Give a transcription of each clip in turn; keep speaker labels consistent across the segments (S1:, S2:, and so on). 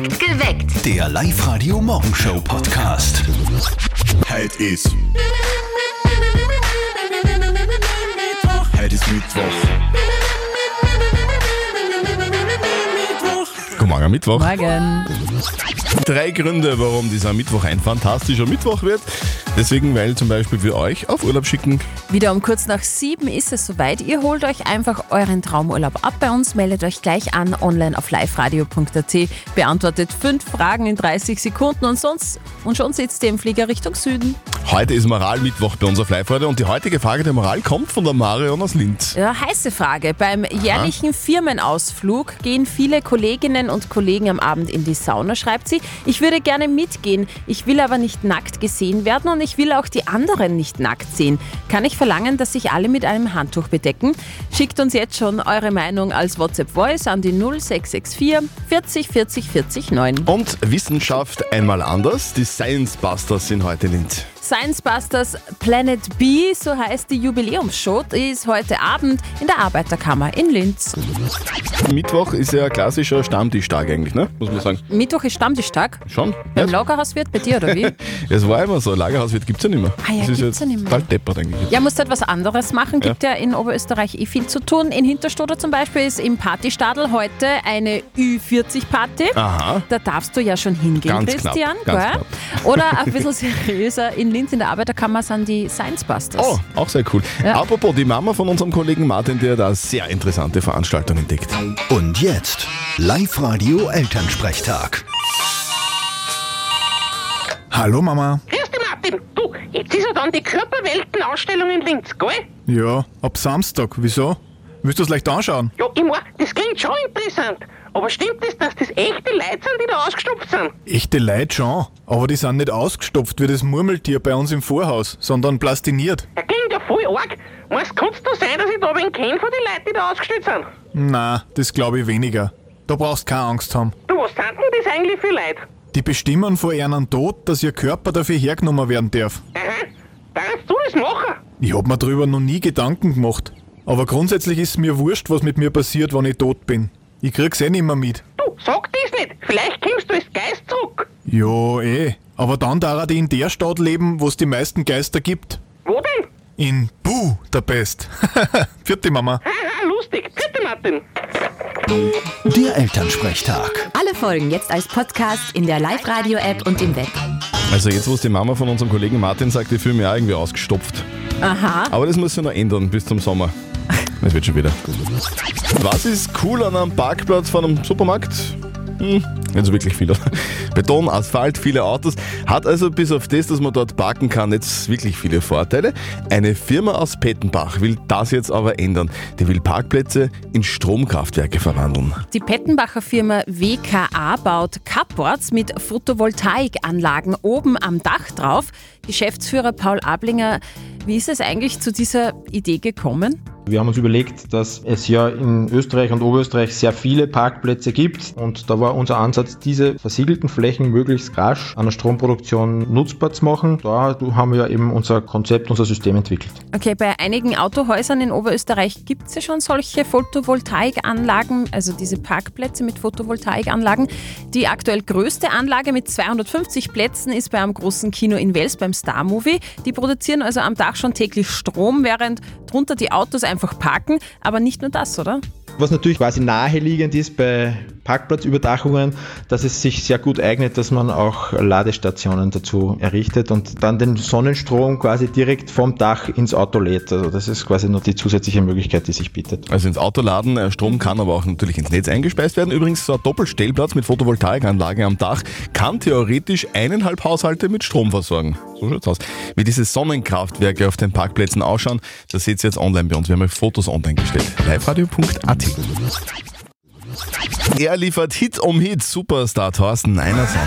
S1: Geweckt.
S2: Der Live-Radio-Morgenshow-Podcast.
S3: Heute ist Mittwoch.
S4: Guten Morgen, Mittwoch.
S5: Morgen.
S4: 3 Gründe, warum dieser Mittwoch ein fantastischer Mittwoch wird. Deswegen, weil zum Beispiel wir euch auf Urlaub schicken.
S5: Wieder um kurz nach 7 ist es soweit. Ihr holt euch einfach euren Traumurlaub ab bei uns, meldet euch gleich an, online auf liveradio.at, beantwortet 5 Fragen in 30 Sekunden und schon sitzt ihr im Flieger Richtung Süden.
S4: Heute ist Moralmittwoch bei uns auf Live-Radio und die heutige Frage der Moral kommt von der Marion aus Linz.
S5: Ja, heiße Frage. Beim jährlichen Firmenausflug gehen viele Kolleginnen und Kollegen am Abend in die Sauna, schreibt sie. Ich würde gerne mitgehen, ich will aber nicht nackt gesehen werden und ich will auch die anderen nicht nackt sehen. Kann ich verlangen, dass sich alle mit einem Handtuch bedecken? Schickt uns jetzt schon eure Meinung als WhatsApp-Voice an die 0664 40 40 40 9.
S4: Und Wissenschaft einmal anders. Die Science Busters sind heute in Linz.
S5: Science Busters Planet B, so heißt die Jubiläumsshow, die ist heute Abend in der Arbeiterkammer in Linz.
S4: Mittwoch ist ja ein klassischer Stammtischtag eigentlich, ne? Muss man sagen.
S5: Mittwoch ist Stammtischtag.
S4: Schon?
S5: Beim
S4: Ja.
S5: Lagerhauswirt, bei dir oder wie?
S4: Es war immer so, Lagerhauswirt gibt es ja nicht mehr.
S5: Ah ja,
S4: das ist
S5: gibt's
S4: jetzt
S5: ja nicht mehr.
S4: bald deppert eigentlich.
S5: Ja, musst halt was anderes machen. Gibt ja in Oberösterreich viel zu tun. In Hinterstoder zum Beispiel ist im Partystadel heute eine Ü40-Party.
S4: Aha.
S5: Da darfst du ja schon hingehen,
S4: Ganz
S5: Christian.
S4: knapp, ganz
S5: gell?
S4: knapp.
S5: Oder ein bisschen seriöser, in Linz in der Arbeiterkammer sind die Science Busters.
S4: Oh, auch sehr cool.
S5: Ja.
S4: Apropos, die Mama von unserem Kollegen Martin, der da eine sehr interessante Veranstaltung entdeckt.
S2: Und jetzt Live-Radio-Elternsprechtag.
S6: Hallo Mama.
S7: Grüß dich, Martin. Du, jetzt ist ja dann die Körperweltenausstellung in Linz, gell?
S6: Ja, ab Samstag. Wieso? Willst du es leicht anschauen?
S7: Ja, ich mein, das klingt schon interessant. Aber stimmt es, dass das echte Leute sind, die da ausgestopft sind?
S6: Echte Leute schon, aber die sind nicht ausgestopft wie das Murmeltier bei uns im Vorhaus, sondern plastiniert.
S7: Das klingt ja voll arg. Meinst du, kann es da sein, dass ich da wen kenne von den Leuten, die da ausgestellt sind?
S6: Na, das glaube ich weniger. Da brauchst keine Angst haben.
S7: Du, was sind denn das eigentlich für Leute?
S6: Die bestimmen vor ihren Tod, dass ihr Körper dafür hergenommen werden darf.
S7: Aha, darfst du das machen?
S6: Ich hab mir drüber noch nie Gedanken gemacht. Aber grundsätzlich ist mir wurscht, was mit mir passiert, wenn ich tot bin. Ich krieg's nicht mehr mit.
S7: Du, sag das nicht. Vielleicht kommst du als Geist zurück.
S6: Ja, aber dann darf ich in der Stadt leben, wo es die meisten Geister gibt.
S7: Wo denn?
S6: In Budapest. Vierte Mama.
S7: Haha, lustig. Bitte, Martin.
S2: Der Elternsprechtag.
S1: Alle Folgen jetzt als Podcast in der Live-Radio-App und im Web.
S4: Also jetzt, wo es die Mama von unserem Kollegen Martin sagt, die fühle mich auch irgendwie ausgestopft.
S5: Aha.
S4: Aber das muss sich noch ändern bis zum Sommer. Das wird schon wieder. Was ist cool an einem Parkplatz von einem Supermarkt? Nicht so wirklich viel. Beton, Asphalt, viele Autos. Hat also bis auf das, dass man dort parken kann, jetzt wirklich viele Vorteile. Eine Firma aus Pettenbach will das jetzt aber ändern. Die will Parkplätze in Stromkraftwerke verwandeln.
S5: Die Pettenbacher Firma WKA baut Carports mit Photovoltaikanlagen oben am Dach drauf. Geschäftsführer Paul Ablinger, wie ist es eigentlich zu dieser Idee gekommen?
S8: Wir haben uns überlegt, dass es ja in Österreich und Oberösterreich sehr viele Parkplätze gibt und da war unser Ansatz, diese versiegelten Flächen möglichst rasch an der Stromproduktion nutzbar zu machen. Da haben wir eben unser Konzept, unser System entwickelt.
S5: Okay, bei einigen Autohäusern in Oberösterreich gibt es ja schon solche Photovoltaikanlagen, also diese Parkplätze mit Photovoltaikanlagen. Die aktuell größte Anlage mit 250 Plätzen ist bei einem großen Kino in Wels beim Star Movie. Die produzieren also am Dach schon täglich Strom, während drunter die Autos einfach parken. Aber nicht nur das, oder?
S8: Was natürlich quasi naheliegend ist bei Parkplatzüberdachungen, dass es sich sehr gut eignet, dass man auch Ladestationen dazu errichtet und dann den Sonnenstrom quasi direkt vom Dach ins Auto lädt. Also das ist quasi noch die zusätzliche Möglichkeit, die sich bietet.
S4: Also ins Auto laden, Strom kann aber auch natürlich ins Netz eingespeist werden. Übrigens, so ein Doppelstellplatz mit Photovoltaikanlage am Dach kann theoretisch 1,5 Haushalte mit Strom versorgen. So schaut's aus. Wie diese Sonnenkraftwerke auf den Parkplätzen ausschauen, das seht ihr jetzt online bei uns. Wir haben euch Fotos online gestellt. liveradio.at. Er liefert Hit um Hit. Superstar Thorsten Einerson.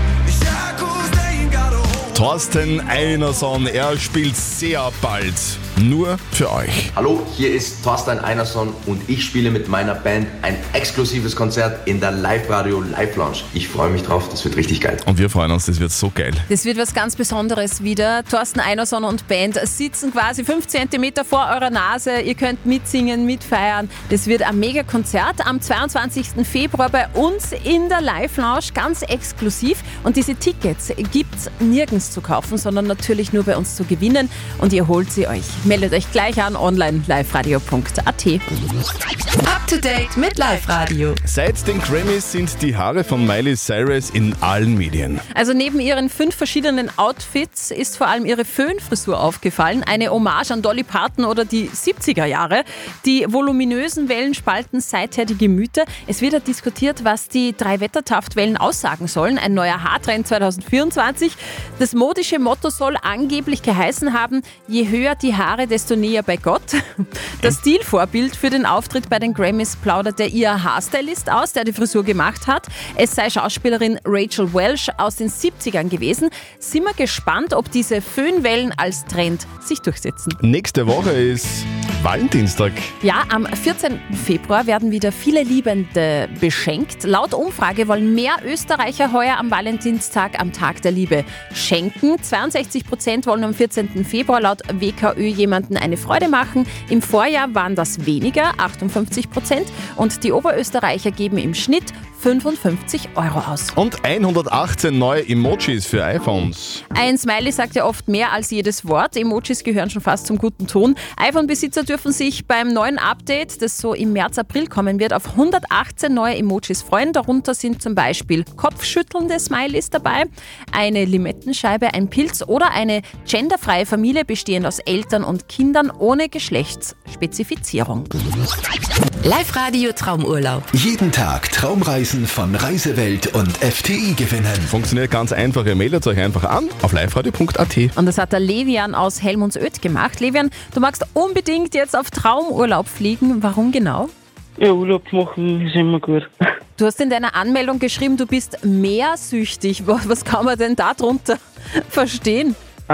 S4: Thorsten Einerson, er spielt sehr bald Nur für euch.
S9: Hallo, hier ist Thorstein Einerson und ich spiele mit meiner Band ein exklusives Konzert in der Live-Radio Live-Lounge. Ich freue mich drauf, das wird richtig geil.
S4: Und wir freuen uns, das wird so geil.
S5: Das wird was ganz Besonderes wieder. Thorsten Einerson und Band sitzen quasi 5 cm vor eurer Nase. Ihr könnt mitsingen, mitfeiern. Das wird ein Mega-Konzert am 22. Februar bei uns in der Live-Lounge, ganz exklusiv. Und diese Tickets gibt es nirgends zu kaufen, sondern natürlich nur bei uns zu gewinnen. Und ihr holt sie euch. Meldet euch gleich an, online liveradio.at.
S1: Up to date mit Live-Radio.
S4: Seit den Grammys sind die Haare von Miley Cyrus in allen Medien.
S5: Also neben ihren 5 verschiedenen Outfits ist vor allem ihre Föhnfrisur aufgefallen. Eine Hommage an Dolly Parton oder die 70er Jahre. Die voluminösen Wellen spalten seither die Gemüter. Es wird ja diskutiert, was die 3 Wettertaftwellen aussagen sollen. Ein neuer Haartrend 2024. Das modische Motto soll angeblich geheißen haben, je höher die Haare, desto näher bei Gott. Das Stilvorbild für den Auftritt bei den Grammys plauderte ihr Haarstylist aus, der die Frisur gemacht hat. Es sei Schauspielerin Rachel Welch aus den 70ern gewesen. Sind wir gespannt, ob diese Föhnwellen als Trend sich durchsetzen.
S4: Nächste Woche ist Valentinstag.
S5: Ja, am 14. Februar werden wieder viele Liebende beschenkt. Laut Umfrage wollen mehr Österreicher heuer am Valentinstag, am Tag der Liebe, schenken. 62% wollen am 14. Februar laut WKÖ jemanden eine Freude machen. Im Vorjahr waren das weniger, 58%. Und die Oberösterreicher geben im Schnitt 55 € aus.
S4: Und 118 neue Emojis für iPhones.
S5: Ein Smiley sagt ja oft mehr als jedes Wort. Emojis gehören schon fast zum guten Ton. iPhone-Besitzer dürfen sich beim neuen Update, das so im März, April kommen wird, auf 118 neue Emojis freuen. Darunter sind zum Beispiel kopfschüttelnde Smileys dabei, eine Limettenscheibe, ein Pilz oder eine genderfreie Familie bestehend aus Eltern und Kindern ohne Geschlechtsspezifizierung.
S1: Live-Radio Traumurlaub.
S2: Jeden Tag Traumreisen von Reisewelt und FTI gewinnen.
S4: Funktioniert ganz einfach. Ihr meldet euch einfach an auf liveradio.at.
S5: Und das hat der Levian aus Helmundsöd gemacht. Levian, du magst unbedingt jetzt auf Traumurlaub fliegen. Warum genau?
S10: Ja, Urlaub machen ist immer gut.
S5: Du hast in deiner Anmeldung geschrieben, du bist meersüchtig. Was kann man denn darunter verstehen?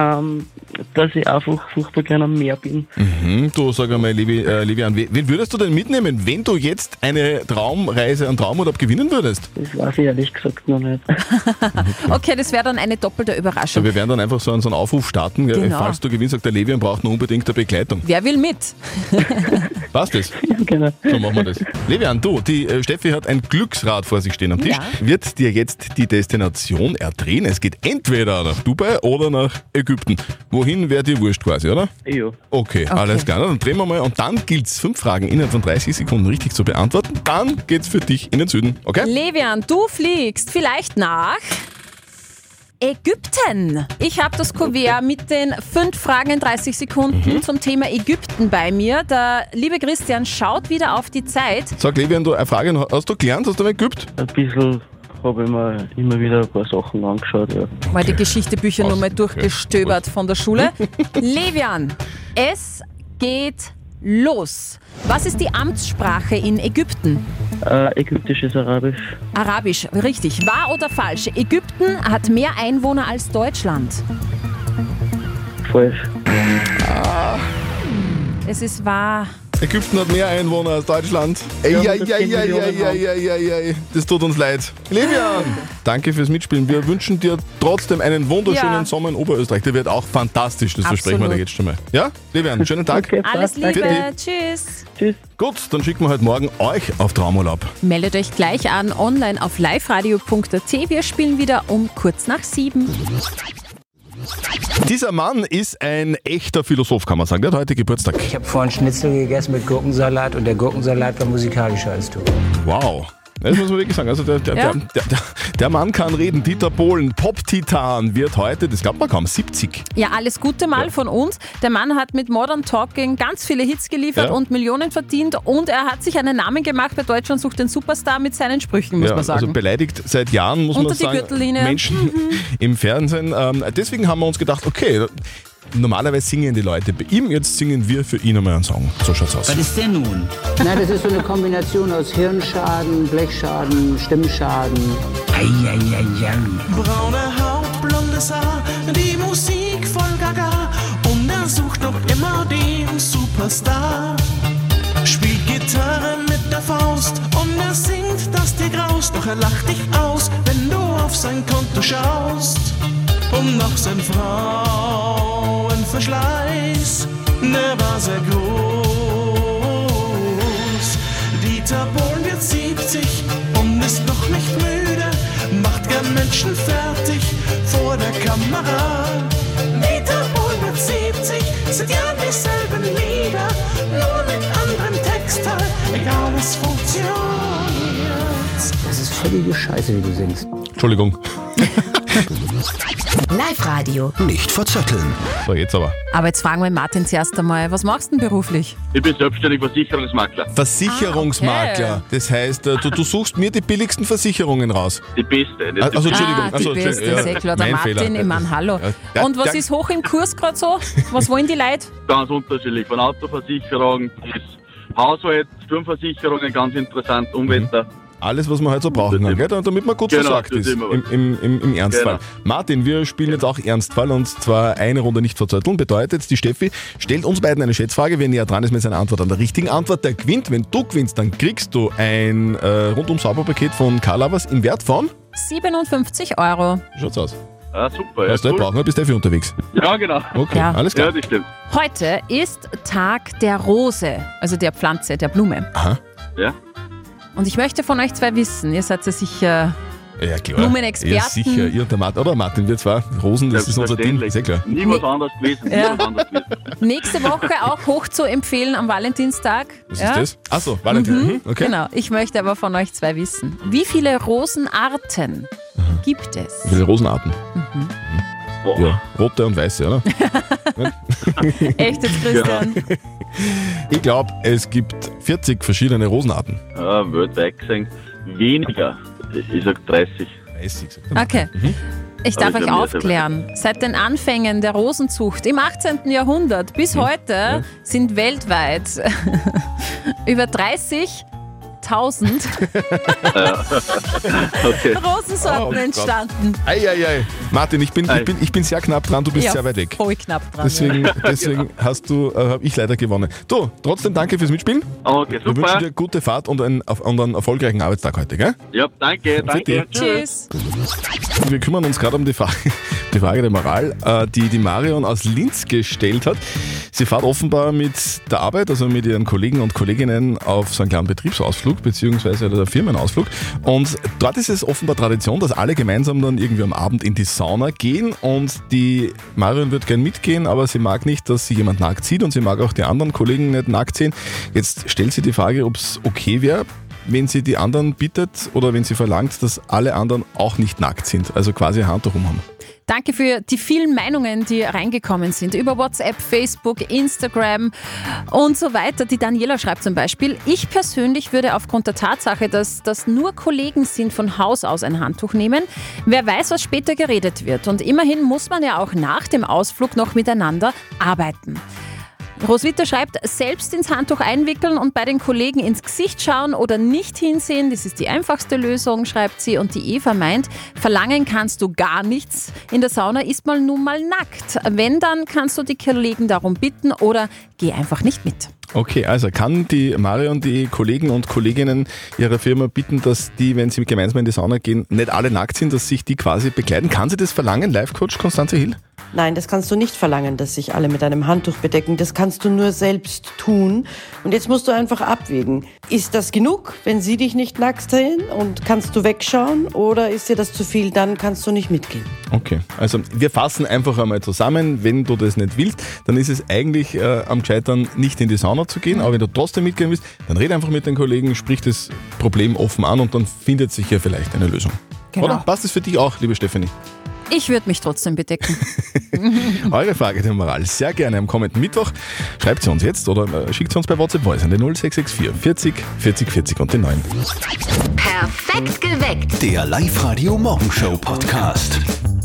S10: Dass ich einfach furchtbar gerne am Meer bin.
S4: Du, sag einmal, Levian, wen würdest du denn mitnehmen, wenn du jetzt eine Traumreise, einen Traumurlaub gewinnen würdest?
S10: Das weiß ich ehrlich gesagt noch nicht.
S5: Okay, das wäre dann eine doppelte Überraschung.
S4: Wir werden dann einfach so einen Aufruf starten.
S5: Genau.
S4: Falls du gewinnst, sagt der Levian braucht noch unbedingt eine Begleitung.
S5: Wer will mit?
S4: Passt das?
S10: Ja, genau.
S4: So machen wir das. Levian, du, die Steffi hat ein Glücksrad vor sich stehen am Tisch.
S5: Ja.
S4: Wird dir jetzt die Destination erdrehen? Es geht entweder nach Dubai oder nach Ägypten. Wohin wäre dir wurscht quasi, oder?
S10: Ja.
S4: Okay, alles klar. Dann drehen wir mal und dann gilt es 5 Fragen innerhalb von 30 Sekunden richtig zu beantworten. Dann geht's für dich in den Süden, okay?
S5: Levian, du fliegst vielleicht nach Ägypten. Ich habe das Kuvert mit den 5 Fragen in 30 Sekunden zum Thema Ägypten bei mir. Der liebe Christian schaut wieder auf die Zeit.
S4: Sag Levian, du eine Frage, hast du gelernt, hast du mal geübt?
S10: Ein bisschen habe ich mir immer wieder ein paar Sachen angeschaut. Ja.
S5: Mal die Geschichtebücher nochmal durchgestöbert von der Schule. Levian, es geht los. Was ist die Amtssprache in Ägypten?
S10: Ägyptisch ist Arabisch.
S5: Arabisch, richtig. Wahr oder falsch? Ägypten hat mehr Einwohner als Deutschland.
S10: Falsch.
S5: Es ist wahr.
S4: Ägypten hat mehr Einwohner als Deutschland. Das tut uns leid. Levian, danke fürs Mitspielen. Wir wünschen dir trotzdem einen wunderschönen Sommer in Oberösterreich. Der wird auch fantastisch, das versprechen wir dir jetzt schon mal. Ja, Levian, schönen Tag.
S10: Okay,
S5: Alles Liebe,
S10: passt.
S5: tschüss.
S10: Tschüss.
S4: Gut, dann schicken wir heute Morgen euch auf Traumurlaub.
S5: Meldet euch gleich an, online auf liveradio.at. Wir spielen wieder um kurz nach 7.
S4: Dieser Mann ist ein echter Philosoph, kann man sagen. Der hat heute Geburtstag.
S11: Ich habe vorhin Schnitzel gegessen mit Gurkensalat und der Gurkensalat war musikalischer als du.
S4: Wow. Das muss man wirklich sagen. Also der Mann kann reden. Dieter Bohlen, Pop-Titan, wird heute, das glaubt man kaum, 70.
S5: Ja, alles Gute mal von uns. Der Mann hat mit Modern Talking ganz viele Hits geliefert und Millionen verdient und er hat sich einen Namen gemacht bei Deutschland sucht den Superstar mit seinen Sprüchen, muss man sagen.
S4: Also beleidigt seit Jahren, muss
S5: Unter
S4: man sagen,
S5: die Gürtellinie.
S4: Menschen im Fernsehen. Deswegen haben wir uns gedacht, okay, normalerweise singen die Leute bei ihm, jetzt singen wir für ihn einmal einen Song. So schaut's aus.
S11: Was ist denn nun?
S12: Na, das ist so eine Kombination aus Hirnschaden, Blechschaden, Stimmschaden.
S11: Eieieiei.
S13: Braune Haut, blondes Haar, die Musik voll Gaga und er sucht doch immer den Superstar. Spielt Gitarre mit der Faust und er singt, dass dir graust. Doch er lacht dich aus, wenn du auf sein Konto schaust. Und nach seinem Frauenverschleiß, der war sehr groß. Dieter Bohlen wird 70 und ist noch nicht müde, macht gern Menschen fertig vor der Kamera. Dieter Bohlen wird 70, sind ja dieselben Lieder, nur mit anderem Textteil, egal es funktioniert.
S12: Das ist völlige Scheiße, wie du singst.
S4: Entschuldigung.
S1: Live-Radio.
S2: Nicht verzetteln.
S4: So, jetzt aber.
S5: Aber jetzt fragen wir Martin zuerst einmal, was machst du denn beruflich?
S10: Ich bin selbstständig Versicherungsmakler.
S4: Versicherungsmakler.
S5: Okay.
S4: Das heißt, du suchst mir die billigsten Versicherungen raus.
S10: Die beste. Nicht
S4: Also, Entschuldigung.
S5: Die beste, sehr klar. Der
S4: mein
S5: Martin,
S4: Fehler.
S5: ich meine, hallo.
S4: Ja,
S5: Und was ist hoch im Kurs gerade so? Was wollen die Leute?
S10: Ganz unterschiedlich. Von Autoversicherung bis Haushalt, Sturmversicherungen, ganz interessant, Umwetter.
S4: Alles, was man halt so brauchen kann, gell? Damit man gut versorgt
S10: das
S4: ist
S10: immer was.
S4: im Ernstfall. Martin, wir spielen jetzt auch Ernstfall und zwar eine Runde nicht verzötteln. Bedeutet, die Steffi stellt uns beiden eine Schätzfrage. Wer näher dran ist mit seiner Antwort an der richtigen Antwort, der gewinnt. Wenn du gewinnst, dann kriegst du ein Rundum-Sauber-Paket von Karl Lovers im Wert von
S5: 57 Euro.
S4: Schaut's aus.
S10: Ah, super.
S4: Was du nicht brauchen, bist Steffi unterwegs.
S10: Ja, genau.
S4: Okay,
S5: Ja.
S4: alles klar.
S10: Ja, das stimmt.
S5: Heute ist Tag der Rose, also der Pflanze, der Blume.
S4: Aha.
S10: Ja.
S5: Und ich möchte von euch zwei wissen, ihr seid ja sicher
S4: Ja, klar.
S5: Blumenexperten.
S4: Ja, sicher. Ihr und der Martin. Oder Martin, wir zwei. Rosen, das ist unser Ding. Sehr klar.
S10: Nie was anderes gewesen.
S5: Ja.
S10: Nie was anderes gewesen.
S5: nächste Woche auch hoch zu empfehlen am Valentinstag.
S4: Was ist das? Achso, Valentin. Okay.
S5: Genau. Ich möchte aber von euch zwei wissen, wie viele Rosenarten gibt es?
S4: Wie viele Rosenarten? Ja, rote und weiße, oder?
S5: Echt jetzt, Christian?
S4: Ich glaube, es gibt 40 verschiedene Rosenarten.
S10: Ja, weltweit gesehen weniger. Ich sag 30.
S4: 30.
S5: Okay. Ich darf
S10: Aber
S5: euch
S10: ich glaub,
S5: aufklären. Seit den Anfängen der Rosenzucht im 18. Jahrhundert bis heute sind weltweit über 30.000
S10: Okay.
S5: Rosensorten entstanden.
S4: Eieiei. Martin, ich bin sehr knapp dran, du bist
S5: Ja,
S4: sehr weit weg.
S5: voll knapp dran.
S4: Deswegen habe ich leider gewonnen. Du, trotzdem danke fürs Mitspielen.
S10: Okay,
S4: Wir
S10: super.
S4: wünschen dir gute Fahrt und einen erfolgreichen Arbeitstag heute, gell?
S10: Ja, danke, danke.
S5: Tschüss.
S4: Wir kümmern uns gerade um die Frage der Moral, die Marion aus Linz gestellt hat. Sie fährt offenbar mit der Arbeit, also mit ihren Kollegen und Kolleginnen auf so einen kleinen Betriebsausflug beziehungsweise einen Firmenausflug. Und dort ist es offenbar Tradition, dass alle gemeinsam dann irgendwie am Abend in die Sauna gehen und die Marion wird gern mitgehen, aber sie mag nicht, dass sie jemand nackt sieht und sie mag auch die anderen Kollegen nicht nackt sehen. Jetzt stellt sie die Frage, ob es okay wäre, wenn sie die anderen bittet oder wenn sie verlangt, dass alle anderen auch nicht nackt sind, also quasi ein Handtuch um haben.
S5: Danke für die vielen Meinungen, die reingekommen sind über WhatsApp, Facebook, Instagram und so weiter. Die Daniela schreibt zum Beispiel, ich persönlich würde aufgrund der Tatsache, dass das nur Kollegen sind, von Haus aus ein Handtuch nehmen. Wer weiß, was später geredet wird. Und immerhin muss man ja auch nach dem Ausflug noch miteinander arbeiten. Roswitha schreibt, selbst ins Handtuch einwickeln und bei den Kollegen ins Gesicht schauen oder nicht hinsehen, das ist die einfachste Lösung, schreibt sie. Und die Eva meint, verlangen kannst du gar nichts. In der Sauna ist man nun mal nackt. Wenn, dann kannst du die Kollegen darum bitten oder geh einfach nicht mit.
S4: Okay, also kann die Marion die Kollegen und Kolleginnen ihrer Firma bitten, dass die, wenn sie gemeinsam in die Sauna gehen, nicht alle nackt sind, dass sich die quasi begleiten? Kann sie das verlangen, Live-Coach Konstanze Hill?
S14: Nein, das kannst du nicht verlangen, dass sich alle mit einem Handtuch bedecken. Das kannst du nur selbst tun. Und jetzt musst du einfach abwägen. Ist das genug, wenn sie dich nicht nackt sehen und kannst du wegschauen? Oder ist dir das zu viel, dann kannst du nicht mitgehen.
S4: Okay, also wir fassen einfach einmal zusammen. Wenn du das nicht willst, dann ist es eigentlich am Gescheitern, nicht in die Sauna zu gehen. Aber wenn du trotzdem mitgehen willst, dann red einfach mit den Kollegen, sprich das Problem offen an und dann findet sich ja vielleicht eine Lösung.
S5: Genau.
S4: Oder passt das für dich auch, liebe Stefanie?
S5: Ich würde mich trotzdem bedecken.
S4: Eure Frage der Moral sehr gerne am kommenden Mittwoch. Schreibt sie uns jetzt oder schickt sie uns bei WhatsApp Voice an die 0664 40 40 40 und den 9.
S1: Perfekt geweckt.
S2: Der Live-Radio Morgenshow Podcast.